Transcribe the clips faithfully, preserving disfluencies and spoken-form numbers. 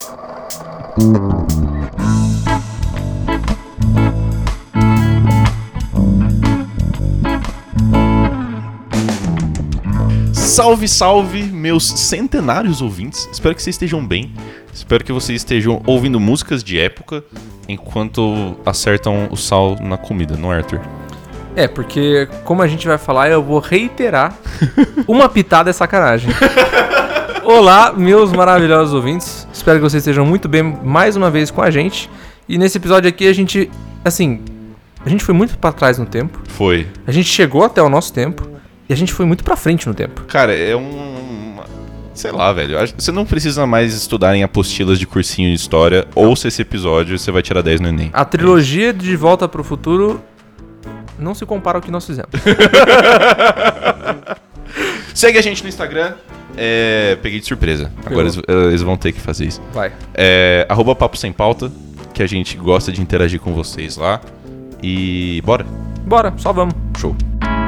Salve, salve, meus centenários ouvintes. Espero que vocês estejam bem. Espero que vocês estejam ouvindo músicas de época enquanto acertam o sal na comida, não é, Arthur? É, porque como a gente vai falar, eu vou reiterar uma pitada é sacanagem. Olá, meus maravilhosos ouvintes. Espero que vocês estejam muito bem mais uma vez com a gente. E nesse episódio aqui a gente, assim, a gente foi muito pra trás no tempo. Foi. A gente chegou até o nosso tempo. E a gente foi muito pra frente no tempo. Cara, é um... sei lá, velho. Você não precisa mais estudar em apostilas de cursinho de história. Não. Ouça esse episódio e você vai tirar dez no Enem. A trilogia de Volta pro Futuro não se compara ao que nós fizemos. Segue a gente no Instagram. É... Peguei de surpresa. Agora eles, eles vão ter que fazer isso. Vai. É... Arroba Papo Sem Pauta, que a gente gosta de interagir com vocês lá. E bora. Bora, só vamos. Show.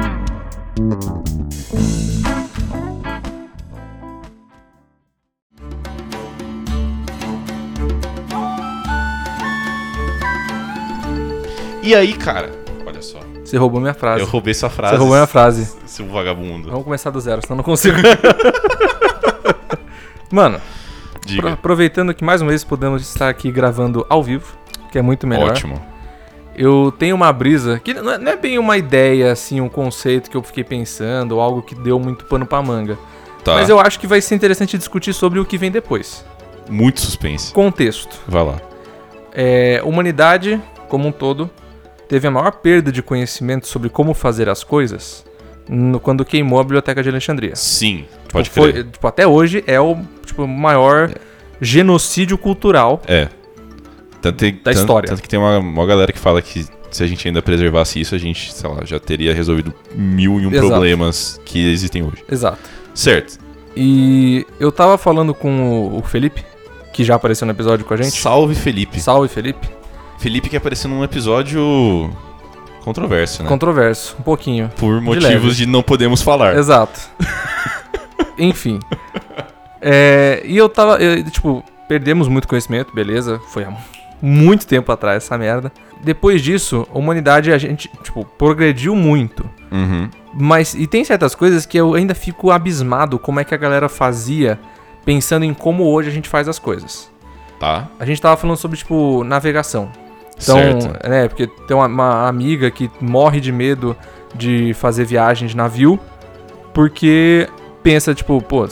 E aí, cara, olha só. Você roubou minha frase. Eu roubei sua frase. Você roubou minha frase. Seu vagabundo. Vamos começar do zero, senão eu não consigo. Mano, Diga. Aproveitando que mais uma vez podemos estar aqui gravando ao vivo, que é muito melhor. Ótimo. Eu tenho uma brisa, que não é, não é bem uma ideia, assim, um conceito que eu fiquei pensando, ou algo que deu muito pano pra manga. Tá. Mas eu acho que vai ser interessante discutir sobre o que vem depois. Muito suspense. Contexto. Vai lá. É, humanidade, como um todo, teve a maior perda de conhecimento sobre como fazer as coisas no, quando queimou a Biblioteca de Alexandria. Sim, pode tipo, crer. foi, tipo, até hoje é o tipo, maior é. genocídio cultural é. tanto tem, da tanto, história. Tanto que tem uma, uma galera que fala que se a gente ainda preservasse isso, a gente, sei lá, já teria resolvido mil e um Exato. problemas que existem hoje. Exato. Certo. E eu tava falando com o Felipe, que já apareceu no episódio com a gente. Salve, Felipe. Salve, Felipe. Felipe que apareceu num episódio controverso, né? Controverso, um pouquinho. Por motivos de, de não podemos falar. Exato. Enfim. É, e eu tava, eu, tipo, perdemos muito conhecimento, beleza? Foi há muito tempo atrás essa merda. Depois disso, a humanidade, a gente, tipo, progrediu muito. Uhum. Mas, e tem certas coisas que eu ainda fico abismado como é que a galera fazia pensando em como hoje a gente faz as coisas. Tá. A gente tava falando sobre, tipo, navegação. Então, certo. né, porque tem uma, uma amiga que morre de medo de fazer viagem de navio, porque pensa, tipo, pô,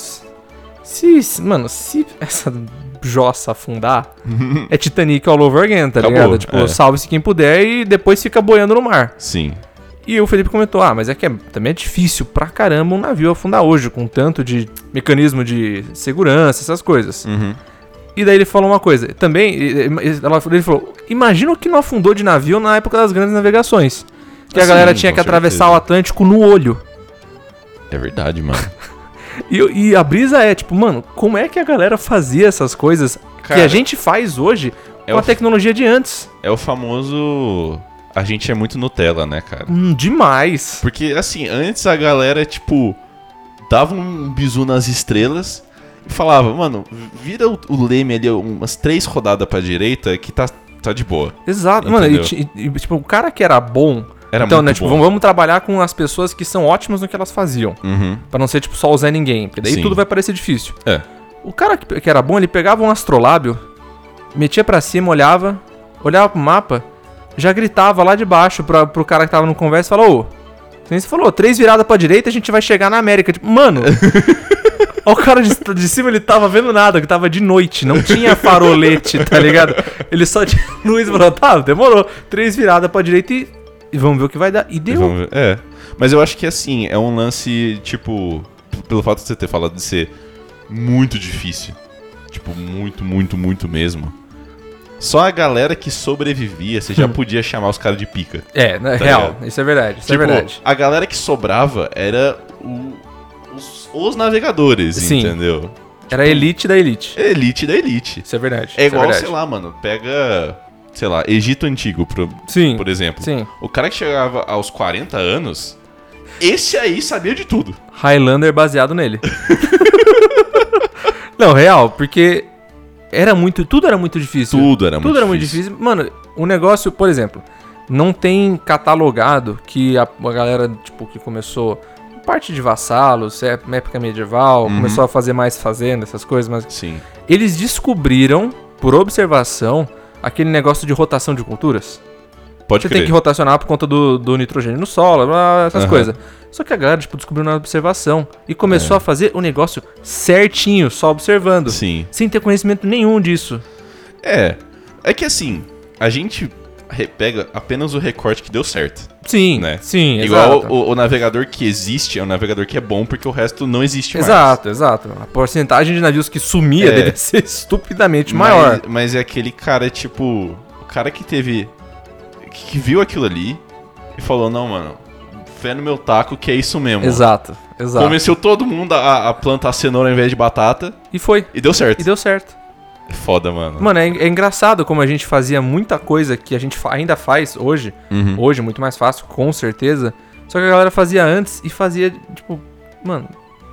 se, mano, se essa jossa afundar, é Titanic all over again, tá Acabou, ligado? Tipo, é. salve-se quem puder e depois fica boiando no mar. Sim. E o Felipe comentou, ah, mas é que é, também é difícil pra caramba um navio afundar hoje, com tanto de mecanismo de segurança, essas coisas. Uhum. E daí ele falou uma coisa, também, ele falou, imagina o que não afundou de navio na época das grandes navegações. Que assim, a galera tinha que atravessar certeza. o Atlântico no olho. É verdade, mano. e, e a brisa é, tipo, mano, como é que a galera fazia essas coisas Cara, que a gente faz hoje é com a tecnologia de antes? É o famoso... A gente é muito Nutella, né, cara? Hum, demais. Porque, assim, antes a galera, tipo, dava um bizu nas estrelas e falava, mano, vira o, o leme ali umas três rodadas pra direita que tá, tá de boa. Exato, entendeu? Mano, e, e, tipo, o cara que era bom... Era então, muito né, tipo, bom. vamos trabalhar com as pessoas que são ótimas no que elas faziam. Uhum. Pra não ser, tipo, só o Zé Ninguém, porque daí Sim. tudo vai parecer difícil. É. O cara que, que era bom, ele pegava um astrolábio, metia pra cima, olhava, olhava pro mapa... Já gritava lá de baixo pra, pro cara que tava no conversa e falou, ô, você falou, três viradas pra direita a gente vai chegar na América. Tipo, mano, ó, o cara de, de cima ele tava vendo nada, que tava de noite, não tinha farolete, tá ligado? Ele só tinha luz e falou, tá, demorou, três viradas pra direita e, e vamos ver o que vai dar. E deu. E ver, é, mas eu acho que assim, é um lance, tipo, pelo fato de você ter falado de ser muito difícil, tipo, muito, muito, muito mesmo. Só a galera que sobrevivia, você já podia chamar os caras de pica. É, né, tá real, ligado? isso é verdade, isso tipo, é verdade. A galera que sobrava era o, os, os navegadores, Sim. entendeu? Tipo, Era a elite da elite. Elite da elite. Isso é verdade. É igual, é verdade. sei lá, mano, pega, sei lá, Egito Antigo, por, sim, por exemplo. Sim. O cara que chegava aos quarenta anos, esse aí sabia de tudo. Highlander baseado nele. Não, real, porque era muito... Tudo era muito difícil. Tudo era muito Tudo era muito difícil. difícil. Mano, o negócio, por exemplo, não tem catalogado que a, a galera, tipo, que começou... Parte de vassalos, é, época medieval, Uhum. começou a fazer mais fazenda, essas coisas, mas... Sim. Eles descobriram, por observação, aquele negócio de rotação de culturas. Pode Você crer. tem que rotacionar por conta do, do nitrogênio no solo, blá, essas Aham. coisas. Só que a galera, tipo, descobriu na observação. E começou É. a fazer o negócio certinho, só observando. Sim. Sem ter conhecimento nenhum disso. É. É que assim, a gente re- pega apenas o recorte que deu certo. Sim, Né? sim, Igual exato. o, o navegador que existe é um navegador que é bom porque o resto não existe mais. Exato, exato. A porcentagem de navios que sumia É. deve ser estupidamente maior. Mas, mas é aquele cara, tipo... O cara que teve... Que, que viu aquilo ali e falou, não, mano, fé no meu taco que é isso mesmo. Exato, exato. Convenceu todo mundo a, a plantar cenoura ao invés de batata E foi. e deu certo. E deu certo. É foda, mano. Mano, é, é engraçado como a gente fazia muita coisa que a gente fa- ainda faz hoje. Uhum. Hoje, muito mais fácil, com certeza. Só que a galera fazia antes e fazia, tipo, mano.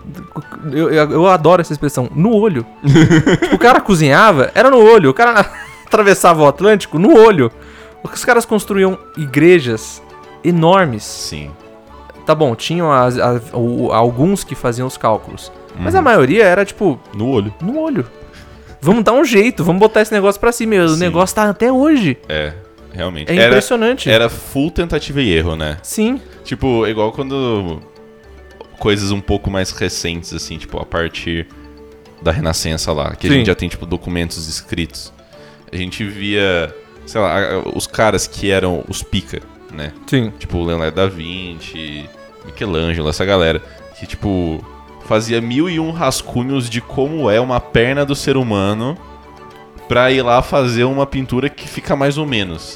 Eu, eu, eu adoro essa expressão, no olho. Tipo, o cara cozinhava, era no olho. O cara atravessava o Atlântico no olho. Os caras construíam igrejas enormes. Sim. Tá bom, tinham as- as- o- alguns que faziam os cálculos. Mas Uhum. a maioria era, tipo, No olho. no olho. Vamos dar um jeito, vamos botar esse negócio pra cima. O Sim. negócio tá até hoje. É, realmente. É Era- impressionante. Era full tentativa e erro, né? Sim. Tipo, igual quando... Coisas um pouco mais recentes, assim, tipo, a partir da Renascença lá. Que a Sim. gente já tem, tipo, documentos escritos. A gente via, sei lá, a- os caras que eram os pica, né? Sim. Tipo, Leonardo da Vinci, Michelangelo, essa galera. Que, tipo, fazia mil e um rascunhos de como é uma perna do ser humano pra ir lá fazer uma pintura que fica mais ou menos.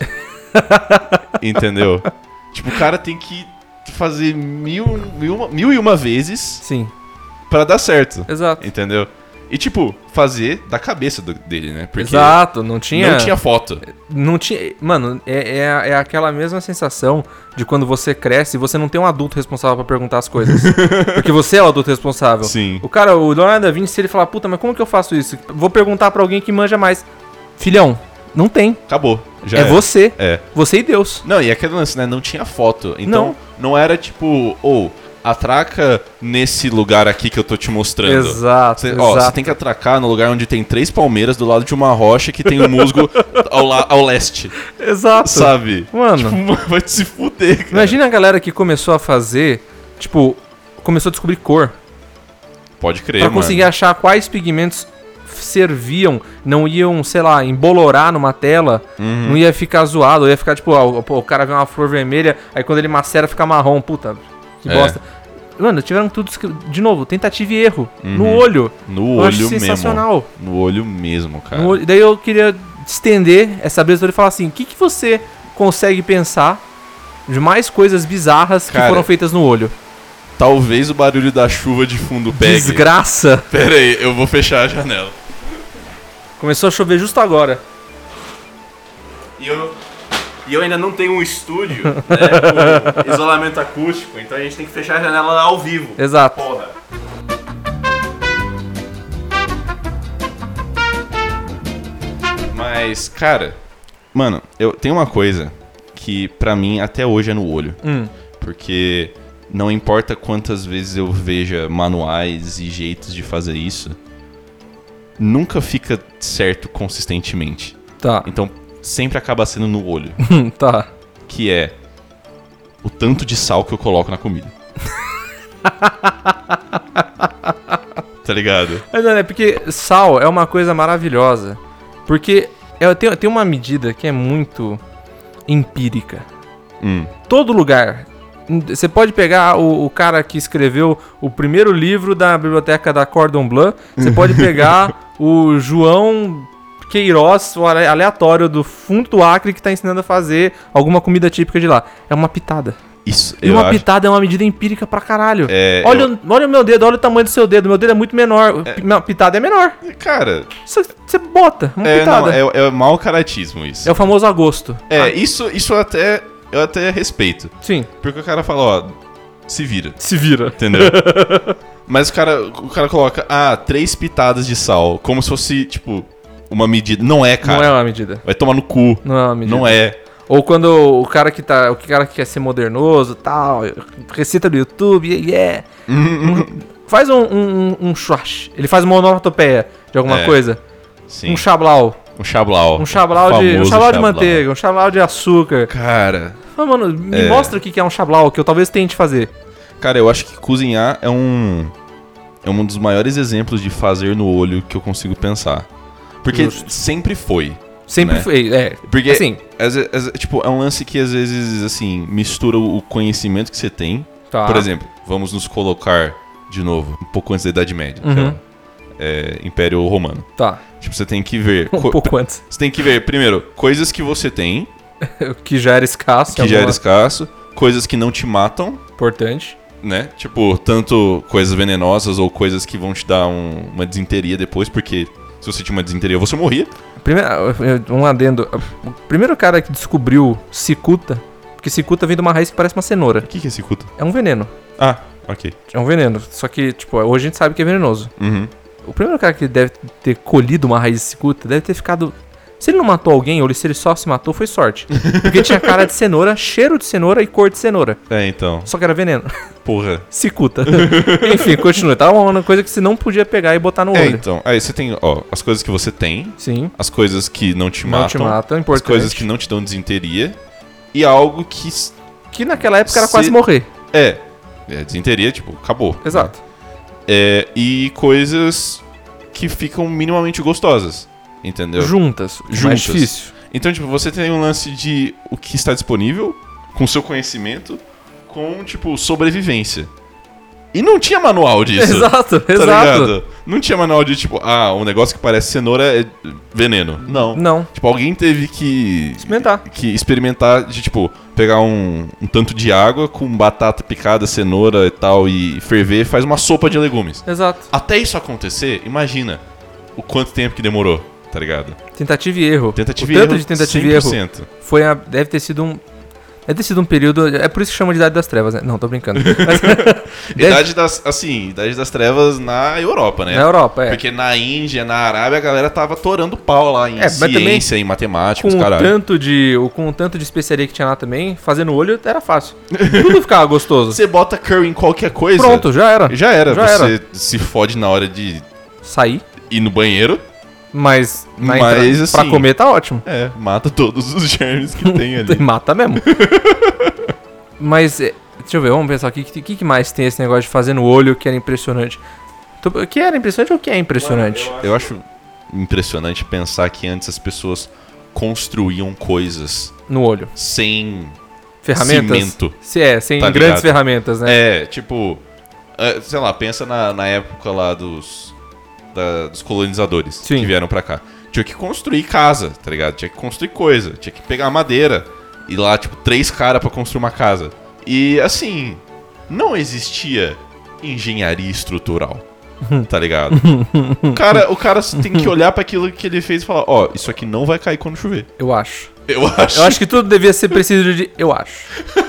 Entendeu? Tipo, o cara tem que fazer mil, mil, uma- mil e uma vezes Sim. pra dar certo. Exato. Entendeu? E, tipo, fazer da cabeça do- dele, né? Porque Exato, não tinha. não tinha foto. Não tinha. Mano, é, é, é aquela mesma sensação de quando você cresce e você não tem um adulto responsável pra perguntar as coisas. Porque você é o adulto responsável. Sim. O cara, o Leonardo da Vinci, se ele falar, puta, mas como que eu faço isso? Vou perguntar pra alguém que manja mais. Filhão, não tem. Acabou. Já é era. você. É. Você e Deus. Não, e aquele lance, né? Não tinha foto. Então, Não. não, era tipo, ou, atraca nesse lugar aqui que eu tô te mostrando. Exato. Você, exato. ó, você tem que atracar no lugar onde tem três palmeiras do lado de uma rocha que tem um musgo ao, la- ao leste. Exato. Sabe? Mano. Tipo, vai te se fuder, cara. Imagina a galera que começou a fazer, tipo, começou a descobrir cor. Pode crer, Pra mano. conseguir achar quais pigmentos serviam, não iam, sei lá, embolorar numa tela, Uhum. não ia ficar zoado, ia ficar tipo, ó, pô, o cara vê uma flor vermelha, aí quando ele macera fica marrom, puta, que É. bosta. Mano, tiveram tudo, escri- de novo, tentativa e erro, no Uhum. olho. No Eu acho olho sensacional. mesmo. No olho mesmo, cara. No olho- Daí eu queria estender essa brisa e falar assim, o que, que você consegue pensar de mais coisas bizarras Cara, que foram feitas no olho? Talvez o barulho da chuva de fundo pegue. Desgraça! Pera aí, eu vou fechar a janela. Começou a chover justo agora. E eu, e eu ainda não tenho um estúdio, né, com isolamento acústico, então a gente tem que fechar a janela ao vivo. Exato. Porra. Mas, cara, mano, eu tenho uma coisa que pra mim até hoje é no olho. Hum. Porque não importa quantas vezes eu veja manuais e jeitos de fazer isso, nunca fica certo consistentemente. Tá. Então, sempre acaba sendo no olho, Tá. que é o tanto de sal que eu coloco na comida. Tá ligado? Mas não, é porque sal é uma coisa maravilhosa. Porque eu tenho, tem uma medida que é muito empírica. Hum. Todo lugar. Você pode pegar o, o cara que escreveu o primeiro livro da biblioteca da Cordon Bleu. Você pode pegar o João Queiroz, o ale- aleatório do fundo do Acre, que tá ensinando a fazer alguma comida típica de lá. É uma pitada. Isso, E eu uma acho. pitada é uma medida empírica pra caralho. É, olha, eu- o- olha o meu dedo, olha o tamanho do seu dedo. Meu dedo é muito menor. Uma pitada é menor. Cara, Você você bota uma é, pitada. não, é, é mau caratismo isso. É o famoso agosto. É, Ah, isso, isso eu até, eu até respeito. sim. Porque o cara fala, ó, se vira, Se vira. entendeu? Mas o cara, o cara coloca, ah, três pitadas de sal, como se fosse, tipo, uma medida. Não é, cara. Não é uma medida. Vai tomar no cu. Não é uma medida. Não é. Ou quando o cara que tá. O cara que quer ser modernoso e tal, recita do YouTube, yeah. um, faz um, um, um swash. Ele faz uma onomatopeia de alguma É, coisa. Sim. Um chablau. Um chablau. Um chablau de. Um Famoso chablau de chablau. manteiga, um chablau de açúcar. Cara. Ah, mano, me É. mostra o que que é um chablau, que eu talvez tente fazer. Cara, eu acho que cozinhar é um. É um dos maiores exemplos de fazer no olho que eu consigo pensar. Porque Justo. sempre foi. Sempre Né? foi. É. Porque, Assim. às ve- às- tipo, é um lance que às vezes, assim, mistura o conhecimento que você tem. Tá. Por exemplo, vamos nos colocar de novo, um pouco antes da Idade Média, Uhum. sei lá, é, Império Romano. Tá. Tipo, você tem que ver. Um co- pouco antes. Você tem que ver, primeiro, coisas que você tem, Que já era escasso. que já era alguma- escasso, coisas que não te matam, Importante. né? Tipo, tanto coisas venenosas ou coisas que vão te dar um- uma desinteria depois, porque se você tinha uma desinteria, você morria. Primeiro, um adendo. O primeiro cara que descobriu cicuta, porque cicuta vem de uma raiz que parece uma cenoura. O que, que é cicuta? É um veneno. Ah, ok. É um veneno. Só que, tipo, hoje a gente sabe que é venenoso. Uhum. O primeiro cara que deve ter colhido uma raiz de cicuta deve ter ficado. Se ele não matou alguém, ou se ele só se matou, foi sorte. Porque tinha cara de cenoura, cheiro de cenoura e cor de cenoura. É, então. Só que era veneno. Porra. Cicuta. Enfim, continua. Tava uma coisa que você não podia pegar e botar no É, olho. então. Aí você tem, ó, as coisas que você tem, Sim. as coisas que não te Não te matam, matam, é as importante. coisas que não te dão desinteria e algo que s- Que naquela época era Se- quase morrer. é, é desinteria, tipo, acabou. Exato. É, e coisas que ficam minimamente gostosas, entendeu? Juntas. o que é Mais Juntas. difícil. Então, tipo, você tem um lance de o que está disponível, com seu conhecimento, com, tipo, sobrevivência. E não tinha manual disso. Exato, Tá exato. ligado? Não tinha manual de, tipo, ah, um negócio que parece cenoura é veneno. Não. Não. Tipo, alguém teve que... Experimentar. Que experimentar de, tipo, pegar um, um tanto de água com batata picada, cenoura e tal, e ferver, faz uma sopa de legumes. Exato. Até isso acontecer, imagina o quanto tempo que demorou, tá ligado? Tentativa e erro. Tentativa o e tanto erro, de tentativa cem e por erro cento. foi a, deve ter sido um deve ter sido um período, é por isso que chama de Idade das Trevas, né? Não, tô brincando. Mas, deve- Idade das, assim, Idade das Trevas na Europa, né? na Europa, é. Porque na Índia, na Arábia, a galera tava torando pau lá em É, mas também ciência, em matemática, Com os o, caralho. tanto de, o- com o tanto de especiaria que tinha lá também, fazendo olho era fácil. Tudo ficava gostoso. Você bota curry em qualquer coisa. Pronto, já era. Já era. Já você era. se fode na hora de Saí, ir no banheiro. mas, na Mas, entrada- assim, pra comer tá ótimo. É, mata todos os germes que tem ali. Mata mesmo. Mas, é, deixa eu ver, vamos pensar aqui. O que, que mais tem esse negócio de fazer no olho que era impressionante? Tu- O que era impressionante ou o que é impressionante? Eu acho impressionante pensar que antes as pessoas construíam coisas No olho. sem Ferramentas? cimento. Se é, sem Tá grandes ligado? ferramentas, né? É, tipo, é, sei lá, pensa na, na época lá dos, da- dos colonizadores Sim. que vieram pra cá. Tinha que construir casa, tá ligado? Tinha que construir coisa, tinha que pegar madeira. E lá, tipo, três caras pra construir uma casa. E, assim, não existia engenharia estrutural, tá ligado? o, cara, o cara tem que olhar pra aquilo que ele fez e falar, ó, isso aqui não vai cair quando chover. Eu acho. Eu acho, Eu acho que tudo devia ser preciso de. Eu acho.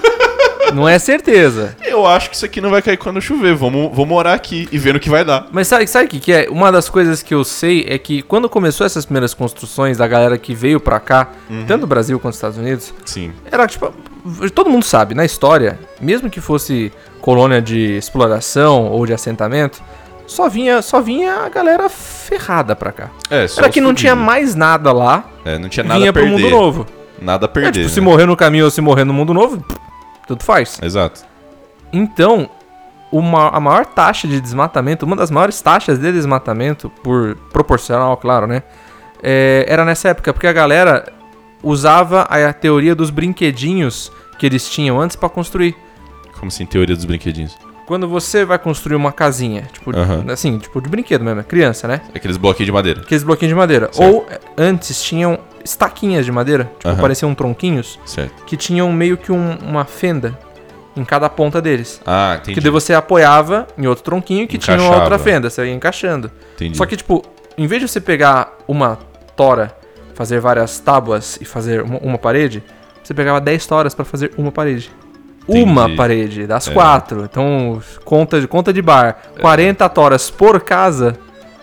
Não é certeza. eu acho que isso aqui não vai cair quando chover. Vamos, vamos morar aqui e ver no que vai dar. Mas sabe, sabe o que, que é? Uma das coisas que eu sei é que quando começou essas primeiras construções da galera que veio pra cá, tanto do Brasil quanto dos Estados Unidos, Sim. era tipo. Todo mundo sabe, na história, mesmo que fosse colônia de exploração ou de assentamento, só vinha, só vinha a galera ferrada pra cá. É, só Era os que não tinha fudidos. mais nada lá, É, não tinha nada vinha a pro perder. mundo novo. Nada a É, perder. tipo, se né? morrer no caminho ou se morrer no mundo novo, tudo faz. Exato. Então, uma, a maior taxa de desmatamento, uma das maiores taxas de desmatamento, por proporcional, claro, né? é, era nessa época, porque a galera usava a, a teoria dos brinquedinhos que eles tinham antes pra construir. Como assim, teoria dos brinquedinhos? Quando você vai construir uma casinha, tipo, Aham. assim, tipo de brinquedo mesmo, é criança, né? Aqueles bloquinhos de madeira. Aqueles bloquinhos de madeira. Certo. Ou é, antes tinham estaquinhas de madeira, tipo, Aham. pareciam tronquinhos, Certo. que tinham meio que um- uma fenda em cada ponta deles. Ah, entendi. Que daí você apoiava em outro tronquinho que tinha uma Encaixava. outra fenda, você ia encaixando. Entendi. Só que, tipo, em vez de você pegar uma tora, fazer várias tábuas e fazer uma, uma parede, você pegava dez toras pra fazer uma parede. Entendi. Uma parede, das É. quatro. Então, conta de, conta de bar. quarenta toras por casa.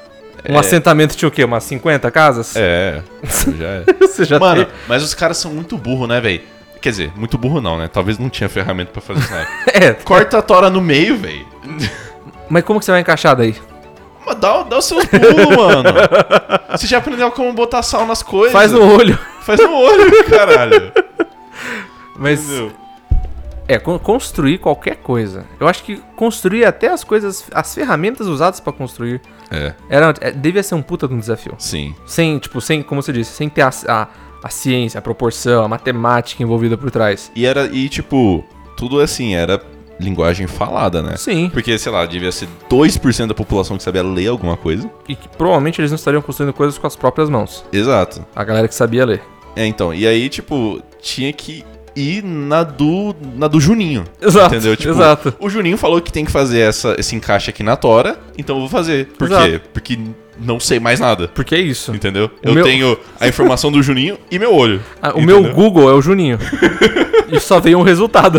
Um é... assentamento tinha o quê? Umas cinquenta casas? É, já é. Você já Mano, tem... mas os caras são muito burros, né, velho? Quer dizer, muito burro não, né? Talvez não tinha ferramenta pra fazer isso, né? É. Corta a tora no meio, velho. Mas como que você vai encaixar daí? Mas dá, dá os seus pulos, mano. Você já aprendeu como botar sal nas coisas. Faz no olho. Faz no olho, caralho. Mas... Entendeu? É, con- construir qualquer coisa. Eu acho que construir até as coisas, as ferramentas usadas pra construir, É, era, é, devia ser um puta de um desafio. sim. Sem, tipo, sem, como você disse, sem ter a, a, a ciência, a proporção, a matemática envolvida por trás. E era, e tipo, tudo assim, era linguagem falada, né? Sim. Porque, sei lá, devia ser dois por cento da população que sabia ler alguma coisa. E que provavelmente eles não estariam construindo coisas com as próprias mãos. Exato. A galera que sabia ler. É, então, e aí, tipo, tinha que ir na do, na do Juninho. Exato, Entendeu? Tipo, exato. o Juninho falou que tem que fazer essa, esse encaixe aqui na tora, então eu vou fazer. Por Exato. quê? Porque não sei mais nada. Porque é isso. Entendeu? O eu meu- tenho a informação do Juninho e meu olho. Ah, o Entendeu? meu Google é o Juninho. E só veio um resultado.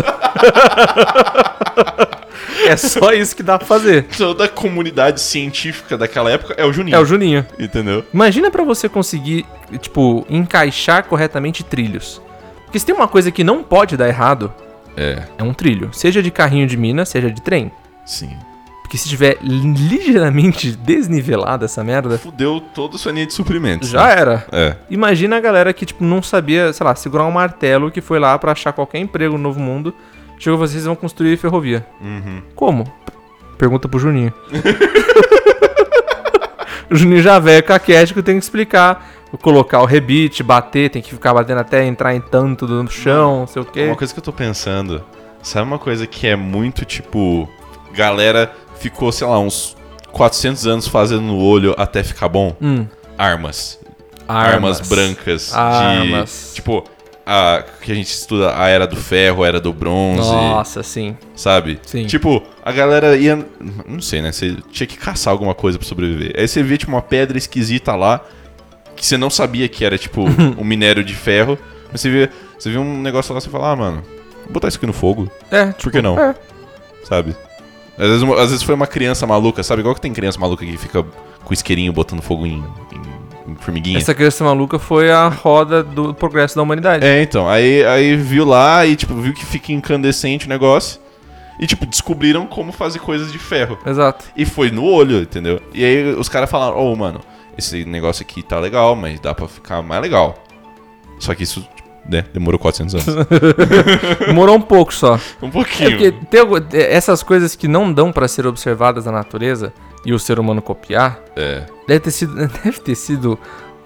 É só isso que dá pra fazer. Toda a comunidade científica daquela época é o Juninho. É o Juninho. Entendeu? Imagina pra você conseguir, tipo, encaixar corretamente trilhos. Porque se tem uma coisa que não pode dar errado, É, é um trilho. Seja de carrinho de mina, seja de trem. sim. Porque se tiver ligeiramente desnivelada essa merda, Fudeu toda a sua linha de suprimentos. já né? era. É. Imagina a galera que, tipo, não sabia, sei lá, segurar um martelo, que foi lá pra achar qualquer emprego no Novo Mundo. Chegou, vocês vão construir ferrovia. Uhum. Como? Pergunta pro Juninho. O Juninho já velho, caquético, tem que explicar. Colocar o rebite, bater, tem que ficar batendo até entrar em tanto no chão, não sei o quê. Uma coisa que eu tô pensando, sabe uma coisa que é muito tipo, galera ficou, sei lá, uns quatrocentos anos fazendo no olho até ficar bom? Hum. Armas. Armas, brancas. Armas. De, tipo, a, que a gente estuda a Era do Ferro, a Era do Bronze. Nossa, sim. Sabe? Sim. Tipo, a galera ia... Não sei, né? Você tinha que caçar alguma coisa pra sobreviver. Aí você via, tipo, uma pedra esquisita lá, que você não sabia que era, tipo, um minério de ferro. Mas você via, você via um negócio lá e você fala, ah, mano, vou botar isso aqui no fogo. É, Por que não? É. Sabe? Às vezes, às vezes foi uma criança maluca, sabe? Igual que tem criança maluca que fica com isqueirinho botando fogo em, em, em formiguinha. Essa criança maluca foi a roda do progresso da humanidade. É, então. Aí, aí viu lá e, tipo, viu que fica incandescente o negócio. E, tipo, descobriram como fazer coisas de ferro. Exato. E foi no olho, entendeu? E aí os caras falaram, ô, mano, esse negócio aqui tá legal, mas dá pra ficar mais legal. Só que isso, né, demorou quatrocentos anos. Demorou um pouco só. Um É pouquinho. porque tem algu- essas coisas que não dão pra ser observadas na natureza e o ser humano copiar, É. deve ter sido, deve ter sido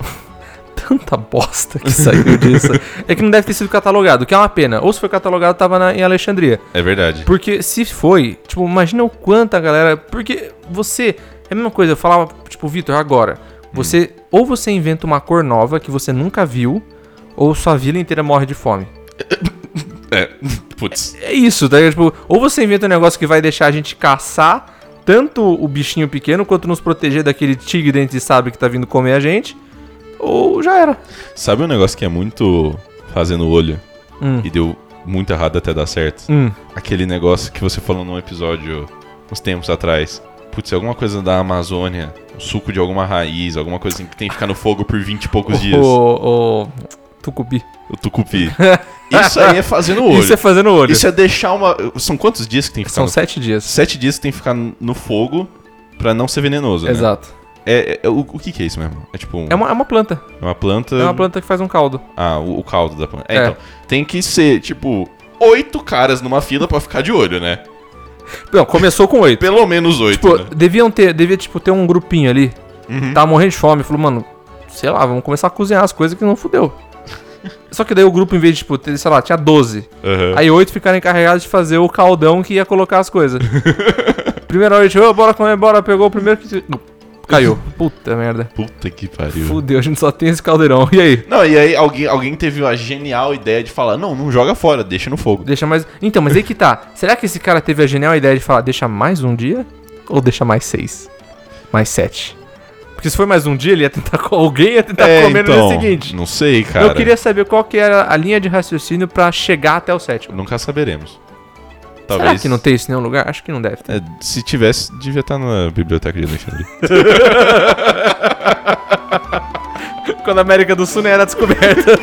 tanta bosta que saiu disso. É que não deve ter sido catalogado, o que é uma pena. Ou se foi catalogado, tava na- em Alexandria. É verdade. Porque se foi, tipo, imagina o quanto a galera... Porque você... É a mesma coisa, eu falava, tipo, Vitor, agora. Você... Ou você inventa uma cor nova que você nunca viu, ou sua vila inteira morre de fome. É. Putz. É isso, tá? Tipo, ou você inventa um negócio que vai deixar a gente caçar tanto o bichinho pequeno quanto nos proteger daquele tigre dente de sabre que tá vindo comer a gente, ou já era. Sabe um negócio que é muito fazendo olho Hum. e deu muito errado até dar certo? Hum. Aquele negócio que você falou num episódio uns tempos atrás. Putz, alguma coisa da Amazônia, um suco de alguma raiz, alguma coisa assim que tem que ficar no fogo por vinte e poucos dias. O, o tucupi. O tucupi. Isso aí é fazendo olho. Isso é fazendo olho. Isso é deixar uma... São quantos dias que tem que ficar São no... sete dias. Sete dias que tem que ficar no fogo pra não ser venenoso, né? Exato. É, é- o, o que que é isso mesmo? É tipo... um- É uma, é uma planta. é uma planta... É uma planta que faz um caldo. Ah, o, o caldo da planta. É, É. então. Tem que ser, tipo... Oito caras numa fila pra ficar de olho, né? Não, começou com oito. Pelo menos oito, Tipo, né? deviam ter, devia, tipo, ter um grupinho ali. Uhum. Tava morrendo de fome. Falou, mano, sei lá, vamos começar a cozinhar as coisas que não fudeu. Só que daí o grupo, em vez de, tipo, ter, sei lá, tinha doze. Uhum. Aí oito ficaram encarregados de fazer o caldão que ia colocar as coisas. Primeira hora a gente, ô, bora comer, bora, pegou o primeiro que... Caiu. Puta merda. Puta que pariu. Fudeu, a gente só tem esse caldeirão. E aí? Não, e aí alguém, alguém teve a genial ideia de falar, não, não joga fora, deixa no fogo. Deixa mais... Então, mas aí que tá. Será que esse cara teve a genial ideia de falar, deixa mais um dia? Ou deixa mais seis? Mais sete? Porque se for mais um dia, ele ia tentar... Alguém ia tentar É, comer no então, dia seguinte. não sei, cara. Eu queria saber qual que era a linha de raciocínio pra chegar até o sétimo. Nunca saberemos. Talvez. Será que não tem isso em nenhum lugar? Acho que não deve ter. É, se tivesse, devia estar na biblioteca de Alexandria. Quando a América do Sul nem era descoberta.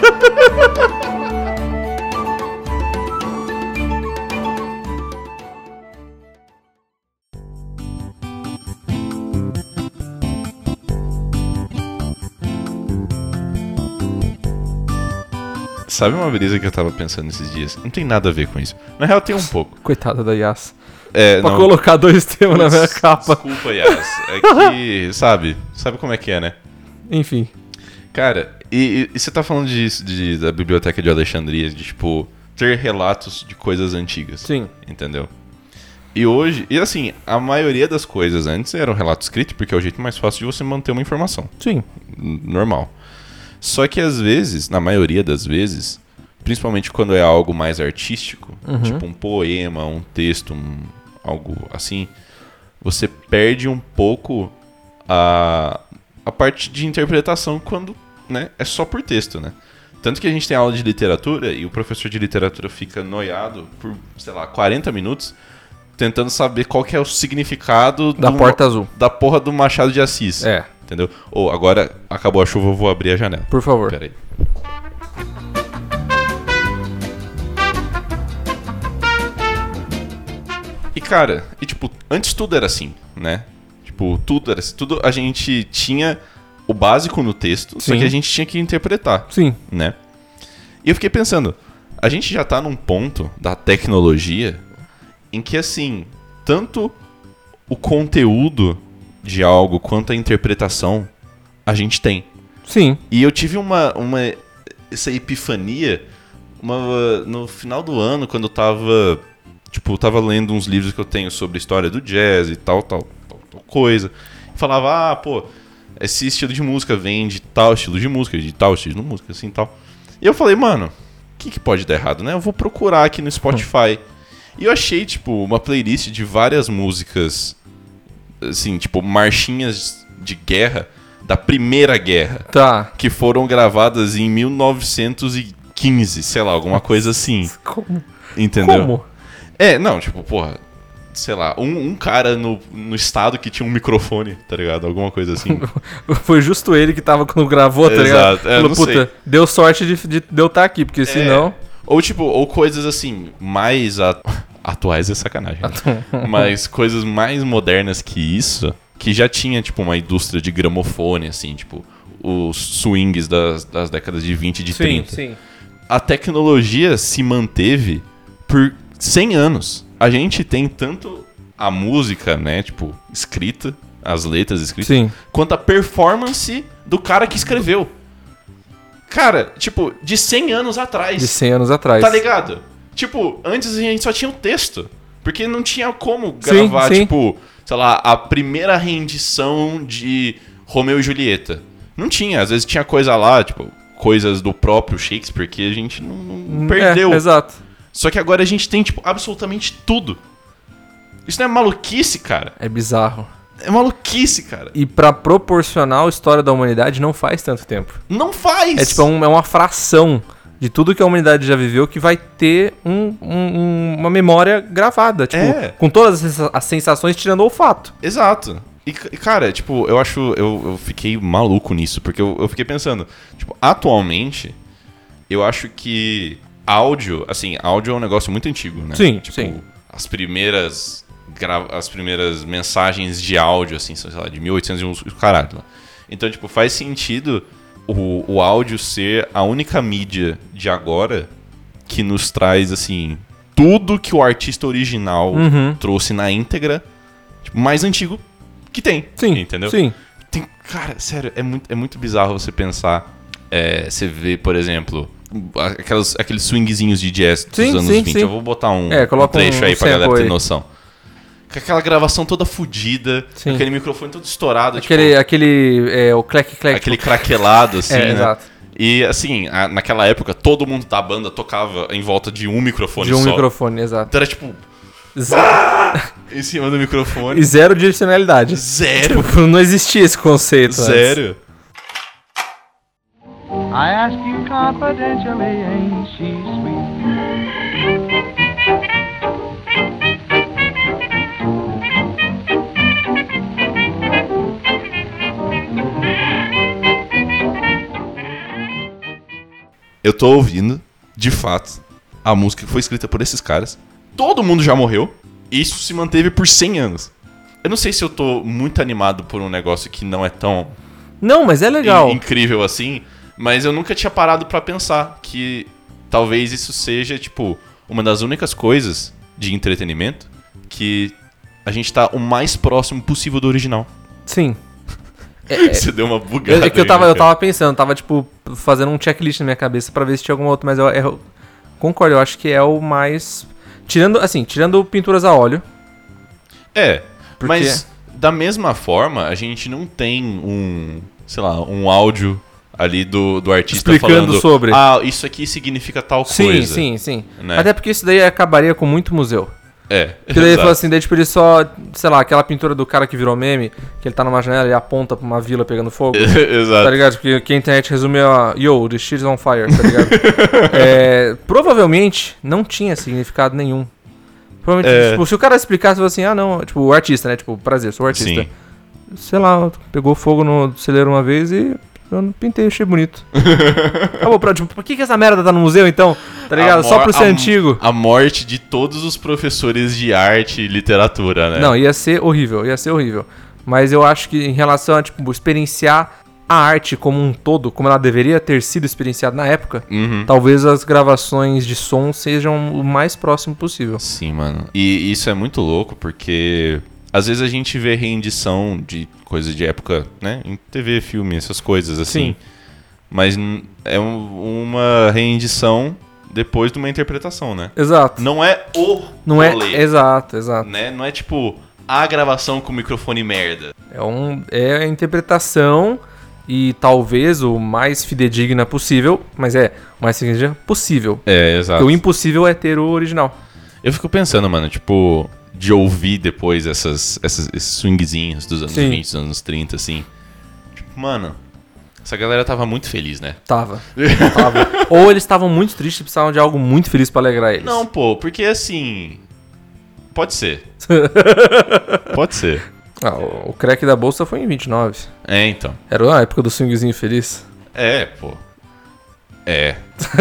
Sabe uma brisa que eu tava pensando esses dias? Não tem nada a ver com isso. Na real, tem um pouco. Coitada da Yas. É, pra não... colocar dois temas na minha capa. Desculpa, Yas. É que, sabe? Sabe como é que é, né? Enfim. Cara, e, e você tá falando disso, de, da biblioteca de Alexandria, de, tipo, ter relatos de coisas antigas. Sim. Entendeu? E hoje, e assim, a maioria das coisas antes eram relato escrito, porque é o jeito mais fácil de você manter uma informação. Sim. Normal. Só que às vezes, na maioria das vezes, principalmente quando é algo mais artístico, uhum. tipo um poema, um texto, um, algo assim, você perde um pouco a, a parte de interpretação quando, né, é só por texto, né? Tanto que a gente tem aula de literatura e o professor de literatura fica noiado por, sei lá, quarenta minutos tentando saber qual que é o significado da do, Porta Azul. Da porra do Machado de Assis. É. Entendeu? Ou, oh, agora acabou a chuva, eu vou abrir a janela. Por favor. Pera aí. E cara, e tipo, antes tudo era assim, né? Tipo, tudo era assim. Tudo a gente tinha o básico no texto, Sim. só que a gente tinha que interpretar. Sim. Né? E eu fiquei pensando, a gente já tá num ponto da tecnologia em que, assim, tanto o conteúdo de algo quanto a interpretação a gente tem. Sim. E eu tive uma, uma essa epifania uma, no final do ano, quando eu tava, tipo, eu tava lendo uns livros que eu tenho sobre a história do jazz e tal, tal, tal, tal coisa. E falava, ah, pô, esse estilo de música vem de tal estilo de música, de tal estilo de música, assim, tal. E eu falei, mano, o que, que pode dar errado, né? Eu vou procurar aqui no Spotify. E eu achei, tipo, uma playlist de várias músicas, assim, tipo, marchinhas de guerra da Primeira Guerra. Tá. Que foram gravadas em mil novecentos e quinze, sei lá, alguma coisa assim. Como? Entendeu? Como? É, não, tipo, porra, sei lá, um, um cara no, no estado que tinha um microfone, tá ligado? Alguma coisa assim. Foi justo ele que tava quando gravou, tá Exato. ligado? É, Falou, não puta, sei. deu sorte de, de, de eu estar aqui, porque senão... É. Ou tipo, ou coisas assim, mais a... atuais é sacanagem. Né? Mas coisas mais modernas que isso, que já tinha, tipo, uma indústria de gramofone, assim, tipo, os swings das, das décadas de vinte e de sim, trinta. Sim, sim. A tecnologia se manteve por cem anos. A gente tem tanto a música, né, tipo, escrita, as letras escritas, sim. quanto a performance do cara que escreveu. Cara, tipo, de cem anos atrás. De cem anos atrás. Tá ligado? Tipo, antes a gente só tinha o texto. Porque não tinha como gravar, sim, sim. tipo, sei lá, a primeira rendição de Romeu e Julieta. Não tinha. Às vezes tinha coisa lá, tipo, coisas do próprio Shakespeare que a gente não, não perdeu. É, exato. Só que agora a gente tem, tipo, absolutamente tudo. Isso não é maluquice, cara? É bizarro. É maluquice, cara. E pra proporcionar a história da humanidade não faz tanto tempo. Não faz! É tipo, é, um, é uma fração de tudo que a humanidade já viveu que vai ter um, um, uma memória gravada. Tipo, É. com todas as sensações tirando o olfato. Exato. E, cara, tipo, eu acho... Eu, eu fiquei maluco nisso, porque eu, eu fiquei pensando... Tipo, atualmente, eu acho que áudio... Assim, áudio é um negócio muito antigo, né? Sim, tipo, sim. As primeiras... As primeiras mensagens de áudio, assim, sei lá, de mil e oitocentos e um, caralho. Então, tipo, faz sentido o, o áudio ser a única mídia de agora que nos traz, assim, tudo que o artista original uhum. trouxe na íntegra, tipo, mais antigo que tem. Sim, entendeu? Sim. Tem, cara, sério, é muito, é muito bizarro você pensar, é, você vê, por exemplo... Aquelas, aqueles swingzinhos de jazz dos sim, anos sim, vinte. Sim. Eu vou botar um, é, um trecho um, aí um pra galera ter aí. noção. Com aquela gravação toda fodida, com aquele microfone todo estourado. Aquele, tipo, aquele é, o clack clack. Aquele craquelado, assim, é, né? Exato. E, assim, a, naquela época, todo mundo da banda tocava em volta de um microfone só. De um só. microfone, exato. Então era tipo... em cima do microfone. E zero direcionalidade. Zero. Tipo, não existia esse conceito. Zero. Antes. I ask you confidentially, ain't she sweet? eu tô ouvindo, de fato, a música que foi escrita por esses caras. Todo mundo já morreu. E isso se manteve por cem anos. Eu não sei se eu tô muito animado por um negócio que não é tão... Não, mas é legal. in- incrível assim. Mas eu nunca tinha parado pra pensar que talvez isso seja, tipo, uma das únicas coisas de entretenimento que a gente tá o mais próximo possível do original. Sim. Você deu uma bugada. É, é que eu aí, tava, né, eu cara? tava pensando, tava, tipo, fazendo um checklist na minha cabeça pra ver se tinha algum outro, mas eu, eu concordo, eu acho que é o mais... Tirando, assim, tirando pinturas a óleo. É, Porque- mas da mesma forma, a gente não tem um, sei lá, um áudio ali do, do artista Explicando falando sobre. ah, isso aqui significa tal Sim, coisa. sim, sim. né? Até porque isso daí acabaria com muito museu. É, Porque daí ele exato. falou assim, daí tipo, ele só, sei lá, aquela pintura do cara que virou meme, que ele tá numa janela e aponta pra uma vila pegando fogo. Tá Exato. ligado? Porque que a internet resume a Yo, the shit is on fire, tá ligado? É, provavelmente não tinha significado nenhum. Provavelmente, É. tipo, se o cara explicasse, falou assim, ah não, tipo, o artista, né? Tipo, prazer, sou o artista. Sim. Sei lá, pegou fogo no celeiro uma vez e eu não pintei, achei bonito. Acabou, pra, tipo, por que, que essa merda tá no museu então? Tá ligado? A Só mor- pro ser a- antigo. A morte de todos os professores de arte e literatura, né? Não, ia ser horrível, ia ser horrível. Mas eu acho que em relação a, tipo, experienciar a arte como um todo, como ela deveria ter sido experienciada na época, Uhum. talvez as gravações de som sejam o mais próximo possível. Sim, mano. E isso é muito louco porque às vezes a gente vê rendição de coisas de época, né? Em T V, filme, essas coisas assim. Sim. Mas n- é um- uma rendição depois de uma interpretação, né? Exato. Não é o Não é. rolê, Exato, exato. né? Não é tipo a gravação com microfone merda. É, um, é a interpretação e talvez o mais fidedigna possível, mas é o mais fidedigna possível. É, exato. Porque o impossível é ter o original. Eu fico pensando, mano, tipo, de ouvir depois essas, essas, esses swingzinhos dos anos Sim. vinte, dos anos trinta, assim. Tipo, mano, essa galera tava muito feliz, né? Tava. Tava. Ou eles estavam muito tristes e precisavam de algo muito feliz pra alegrar eles. Não, pô, porque assim. Pode ser. Pode ser. Ah, o, o crack da bolsa foi em vinte e nove. É, então. Era a época do swingzinho feliz. É, pô. É.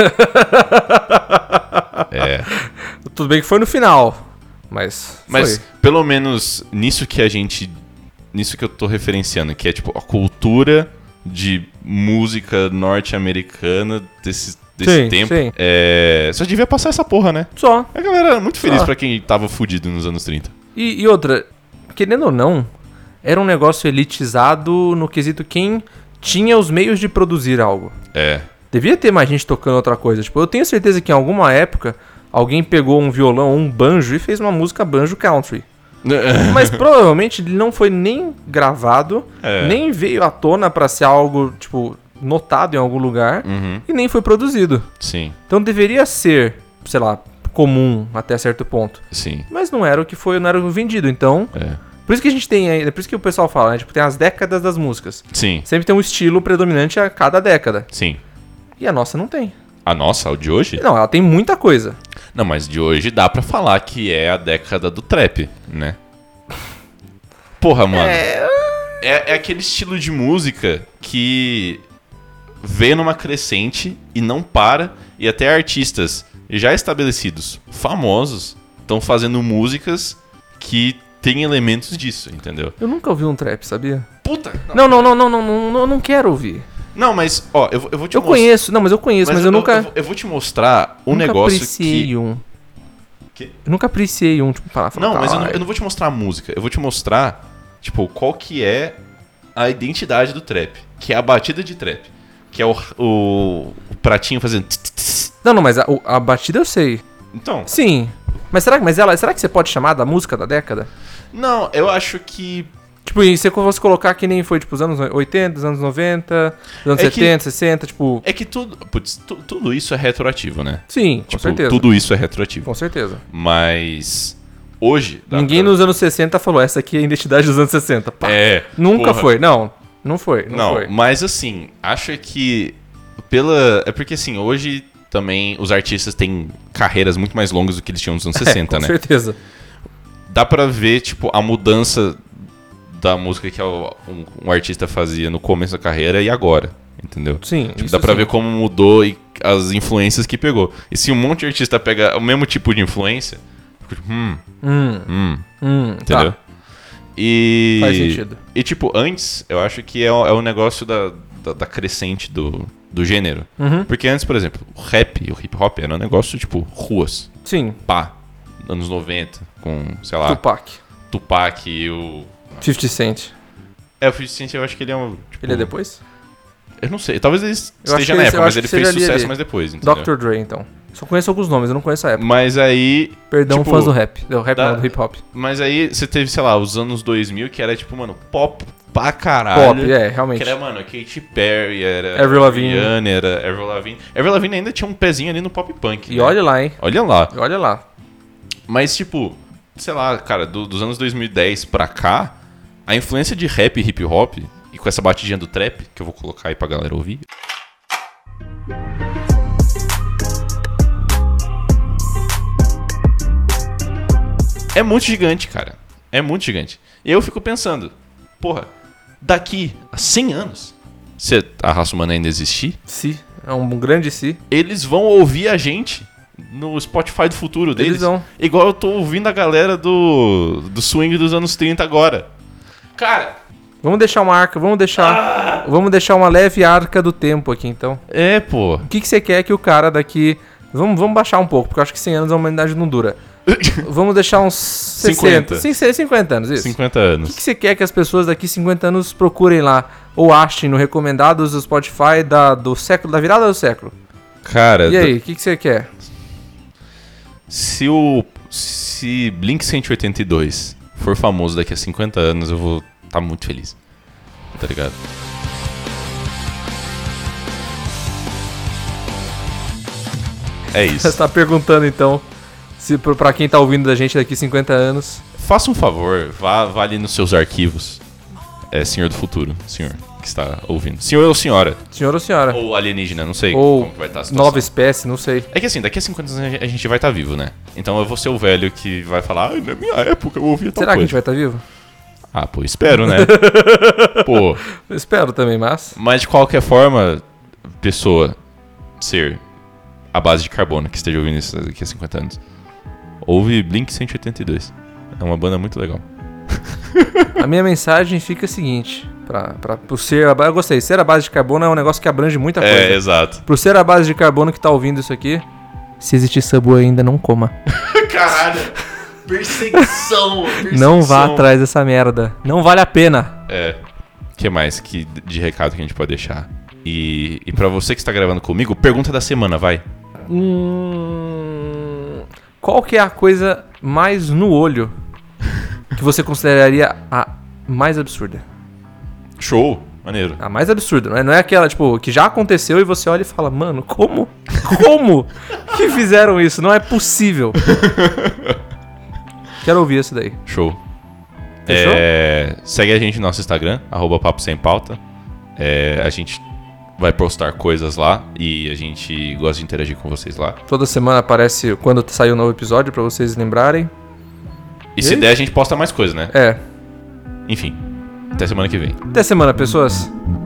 É. Tudo bem que foi no final, mas. Mas foi. pelo menos nisso que a gente. Nisso que eu tô referenciando, que é tipo a cultura de música norte-americana desse, desse Sim, tempo. sim. É, só devia passar essa porra, né? Só. A galera era muito feliz Ah. pra quem tava fudido nos anos trinta. E, e outra, querendo ou não, era um negócio elitizado no quesito quem tinha os meios de produzir algo. É. Devia ter mais gente tocando outra coisa. Tipo, eu tenho certeza que em alguma época alguém pegou um violão ou um banjo e fez uma música banjo country. Mas provavelmente ele não foi nem gravado, É. nem veio à tona pra ser algo, tipo, notado em algum lugar Uhum. e nem foi produzido. Sim, Então deveria ser, sei lá, comum até certo ponto. sim. Mas não era o que foi, não era o vendido. Então, É. por isso que a gente tem aí, é por isso que o pessoal fala, né? Tipo, tem as décadas das músicas. Sim, Sempre tem um estilo predominante a cada década. sim. E a nossa não tem. A nossa, o de hoje? Não, ela tem muita coisa. Não, mas de hoje dá pra falar que é a década do trap, né? Porra, mano. É... é aquele estilo de música que vê numa crescente e não para, e até artistas já estabelecidos, famosos, estão fazendo músicas que têm elementos disso, entendeu? Eu nunca ouvi um trap, sabia? Puta! Não, não, não, não, não, não, não, eu não quero ouvir. Não, mas, ó, eu, vou- eu vou te Eu mostrar. conheço, não, mas eu conheço, mas, eu, nunca. Eu, eu vou te mostrar um nunca negócio apreciei que. um. Que? Eu nunca apreciei um, tipo, para falar. Não, mas eu não, "Ai". eu não vou te mostrar a música. Eu vou te mostrar, tipo, qual que é a identidade do trap. Que é a batida de trap. Que é o, o, o pratinho fazendo... tss, tss, tss. Não, não, mas a, o- a batida eu sei. Então, Sim. Mas será, que- mas ela, será que você pode chamar da música da década? não, eu acho que... Tipo, e se eu fosse colocar que nem foi, tipo, os anos oitenta, os anos noventa, os anos É que- setenta, sessenta, tipo... É que tudo... Putz, tu- tudo isso é retroativo, né? Sim, com Tipo, certeza. tudo isso é retroativo. Com certeza. Mas... Hoje... dá Ninguém pra- nos anos sessenta falou, essa aqui é a identidade dos anos sessenta. Pá. É... Nunca porra. foi, não. Não foi, não, Não, foi. mas assim, acho que pela... É porque assim, hoje também os artistas têm carreiras muito mais longas do que eles tinham nos anos sessenta, com né? certeza. Dá pra ver, tipo, a mudança da música que o- um, um artista fazia no começo da carreira e agora. entendeu? Sim, Tipo, isso dá pra sim. ver como mudou e as influências que pegou. E se um monte de artista pega o mesmo tipo de influência, fica tipo, hum, Hum, hum, hum, entendeu? tá. E... Faz sentido. E tipo, antes, eu acho que é o, é o negócio da, da, da crescente do, do gênero. Uhum. Porque antes, por exemplo, o rap e o hip hop era um negócio, tipo, ruas. Sim, Pá, anos noventa, com, sei lá, Tupac. Tupac e o... fifty Cent. É, o fifty Cent eu acho que ele é um... Tipo, Ele é depois? Eu não sei, talvez ele Eu acho esteja que na ele- época, eu mas acho ele que fez seja ali sucesso ele. mais depois, entendeu? doutor Dre, então. Só conheço alguns nomes, eu não conheço a época. Mas aí... Perdão, tipo, fãs do rap. Do rap da- não, do hip hop. Mas aí você teve, sei lá, os anos dois mil, que era tipo, mano, pop pra caralho. Pop, é, realmente. Que era, mano, Katy Perry, era... Avril Lavigne. Rihanna, era Avril Lavigne. Avril Lavigne ainda tinha um pezinho ali no pop punk, E né? olha lá, hein. Olha lá. E olha lá. Mas, tipo, sei lá, cara, do- dos anos dois mil e dez pra cá, a influência de rap e hip hop, e com essa batidinha do trap, que eu vou colocar aí pra galera ouvir... É muito gigante, cara. É muito gigante. E eu fico pensando, porra, daqui a cem anos, se a raça humana ainda existir, Si. É um grande si. eles vão ouvir a gente no Spotify do futuro deles. Eles vão. Igual eu tô ouvindo a galera do, do swing dos anos trinta agora. Cara, Vamos deixar uma arca, vamos deixar. Vamos deixar uma leve arca do tempo aqui, então. é, pô. O que, que você quer que o cara daqui. Vamos, vamos baixar um pouco, porque eu acho que cem anos a humanidade não dura. Vamos deixar uns sessenta. cinquenta. cinquenta anos, isso. cinquenta O anos. que, que você quer que as pessoas daqui cinquenta anos procurem lá? Ou achem no recomendados do Spotify da, do século, da virada do século? Cara, E aí, o que, que você quer? se o. Se Blink cento e oitenta e dois for famoso daqui a cinquenta anos, eu vou estar muito feliz. Tá ligado? É isso. Você tá perguntando então, se pro- pra quem tá ouvindo da gente daqui cinquenta anos. Faça um favor, vá, vá ali nos seus arquivos. É, senhor do futuro, senhor que está ouvindo. Senhor ou senhora? Senhor ou senhora? Ou alienígena, não sei Ou como que vai estar a situação. nova espécie, não sei. É que assim, daqui a cinquenta anos a gente vai estar vivo, né? Então eu vou ser o velho que vai falar, ah, na minha época eu ouvia tal Será que a coisa. gente vai estar vivo? Ah, pô, espero, né? Pô, Eu espero também, mas. mas de qualquer forma, pessoa ser a base de carbono que esteja ouvindo isso daqui a cinquenta anos, ouve Blink cento e oitenta e dois. É uma banda muito legal. A minha mensagem fica a seguinte: pra, pra, pro ser. Eu gostei, ser a base de carbono é um negócio que abrange muita coisa. É, exato. Pro ser a base de carbono que tá ouvindo isso aqui, se existir Subway ainda, não coma. Caralho, perseguição, perseguição. Não vá atrás dessa merda. Não vale a pena. É. O que mais que de recado que a gente pode deixar? E, e pra você que está gravando comigo, pergunta da semana, vai. Hum, qual que é a coisa mais no olho que você consideraria a mais absurda? Show, maneiro. A mais absurda, não é, não é aquela, tipo, que já aconteceu e você olha e fala, mano, como? Como que fizeram isso? Não é possível. Quero ouvir isso daí. Show. Fechou? É, segue a gente no nosso Instagram, arroba Papo Sem Pauta. É, a gente vai postar coisas lá e a gente gosta de interagir com vocês lá. Toda semana aparece quando sair um novo episódio pra vocês lembrarem. E se E? der, a gente posta mais coisas, né? É. Enfim, até semana que vem. Até semana, pessoas.